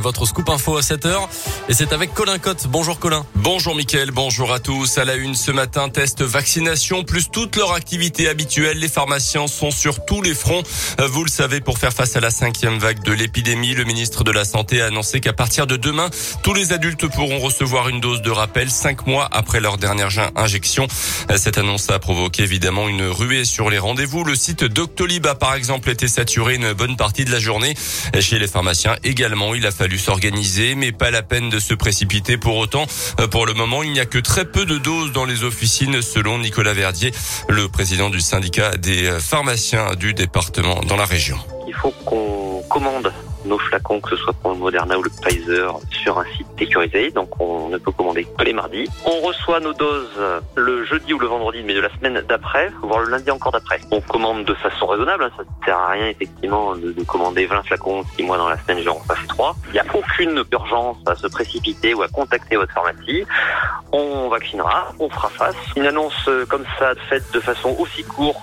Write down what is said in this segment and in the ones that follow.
votre scoop info à 7h. Et c'est avec Colin Cotte. Bonjour Colin. Bonjour Mickaël, bonjour à tous. À la une ce matin, test vaccination plus toute leur activité habituelle. Les pharmaciens sont sur tous les fronts. Vous le savez, pour faire face à la 5e vague de l'épidémie, le ministre de la Santé a annoncé qu'à partir de demain, tous les adultes pourront recevoir une dose de rappel 5 mois après leur dernière injection. Cette annonce a provoqué évidemment une ruée sur les rendez-vous. Le site Doctolib a par exemple été saturé une bonne partie de la journée. Chez les pharmaciens également, il a fallu s'organiser, mais pas la peine de se précipiter pour autant. Pour le moment, il n'y a que très peu de doses dans les officines, selon Nicolas Verdier, le président du syndicat des pharmaciens du département dans la région. Il faut qu'on commande nos flacons, que ce soit pour le Moderna ou le Pfizer, sur un site sécurisé. Donc on ne peut commander que les mardis. On reçoit nos doses le jeudi ou le vendredi, mais de la semaine d'après, voire le lundi encore d'après. On commande de façon raisonnable. Ça ne sert à rien effectivement de commander 20 flacons si moi dans la semaine j'en reçois 3. Il n'y a aucune urgence à se précipiter ou à contacter votre pharmacie. On vaccinera, on fera face. Une annonce comme ça, faite de façon aussi courte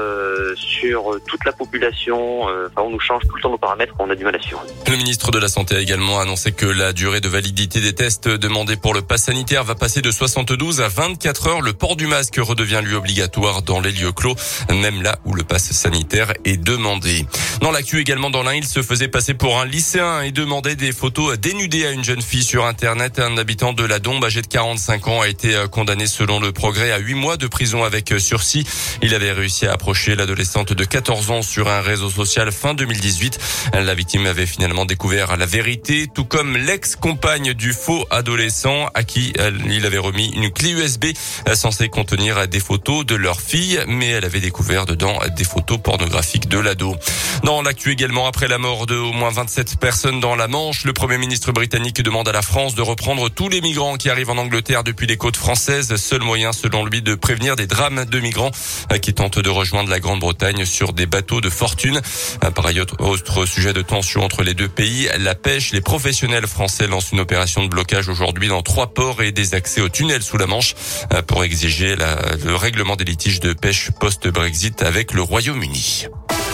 sur toute la population, on nous change tout le temps nos paramètres, on a du mal à suivre. Le ministre de la Santé a également annoncé que la durée de validité des tests demandés pour le pass sanitaire va passer de 72 à 24 heures. Le port du masque redevient lui obligatoire dans les lieux clos, même là où le pass sanitaire est demandé. Dans l'actu également dans l'Ain, il se faisait passer pour un lycéen et demandait des photos dénudées à une jeune fille sur Internet. Un habitant de la Dombe, âgé de 45 ans, a été condamné selon le Progrès à 8 mois de prison avec sursis. Il avait réussi à approcher l'adolescente de 14 ans sur un réseau social fin 2018. La victime avait finalement découvert la vérité, tout comme l'ex-compagne du faux adolescent à qui il avait remis une clé USB censée contenir des photos de leur fille, mais elle avait découvert dedans des photos pornographiques de l'ado. Dans l'actu également, après la mort de au moins 27 personnes dans la Manche, le Premier ministre britannique demande à la France de reprendre tous les migrants qui arrivent en Angleterre depuis les côtes françaises. Seul moyen, selon lui, de prévenir des drames de migrants qui tentent de rejoindre la Grande-Bretagne sur des bateaux de fortune. Par ailleurs, autre sujet de tension entre les deux pays, la pêche. Les professionnels français lancent une opération de blocage aujourd'hui dans 3 ports et des accès aux tunnels sous la Manche pour exiger le règlement des litiges de pêche post-Brexit avec le Royaume-Uni.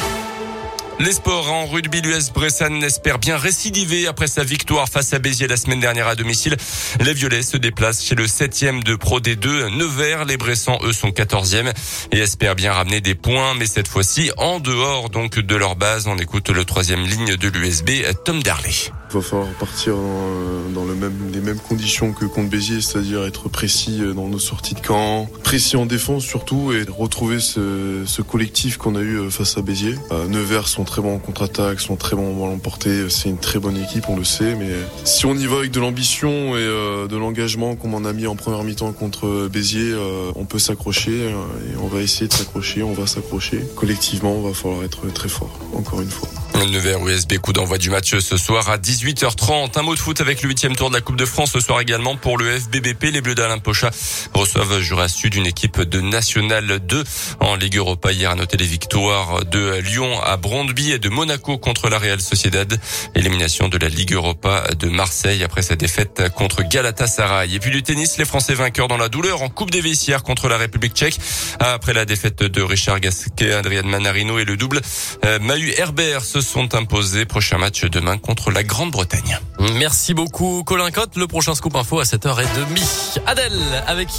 Les sports en rugby, l'US Bressan espère bien récidiver après sa victoire face à Béziers la semaine dernière à domicile. Les Violets se déplacent chez le 7e de Pro D2, Nevers. Les Bressans, eux, sont 14e et espèrent bien ramener des points, mais cette fois-ci en dehors donc de leur base. On écoute le 3e ligne de l'USB, Tom Darley. Il va falloir partir dans les mêmes conditions que contre Béziers, c'est-à-dire être précis dans nos sorties de camp, précis en défense surtout, et retrouver ce collectif qu'on a eu face à Béziers. Nevers sont très bons en contre-attaque, sont très bons en ballon porté, c'est une très bonne équipe, on le sait, mais si on y va avec de l'ambition et de l'engagement comme on a mis en première mi-temps contre Béziers, on peut s'accrocher et on va essayer de s'accrocher, on va s'accrocher. Collectivement, on va falloir être très fort, encore une fois. Nevers USB, coup d'envoi du match ce soir à 18h30. Un mot de foot avec le 8e tour de la Coupe de France ce soir également pour le FBBP. Les Bleus d'Alain Pochat reçoivent Jura Sud, une équipe de National 2 en Ligue Europa. Hier, à noter les victoires de Lyon à Brøndby et de Monaco contre la Real Sociedad. Élimination de la Ligue Europa de Marseille après sa défaite contre Galatasaray. Et puis du tennis, les Français vainqueurs dans la douleur en Coupe Davis hier contre la République tchèque. Après la défaite de Richard Gasquet, Adrian Manarino et le double Mahu Herbert se sont imposés. Prochain match demain contre la Grande-Bretagne. Merci beaucoup Colin Cotte. Le prochain scoop info à 7h30. Adèle avec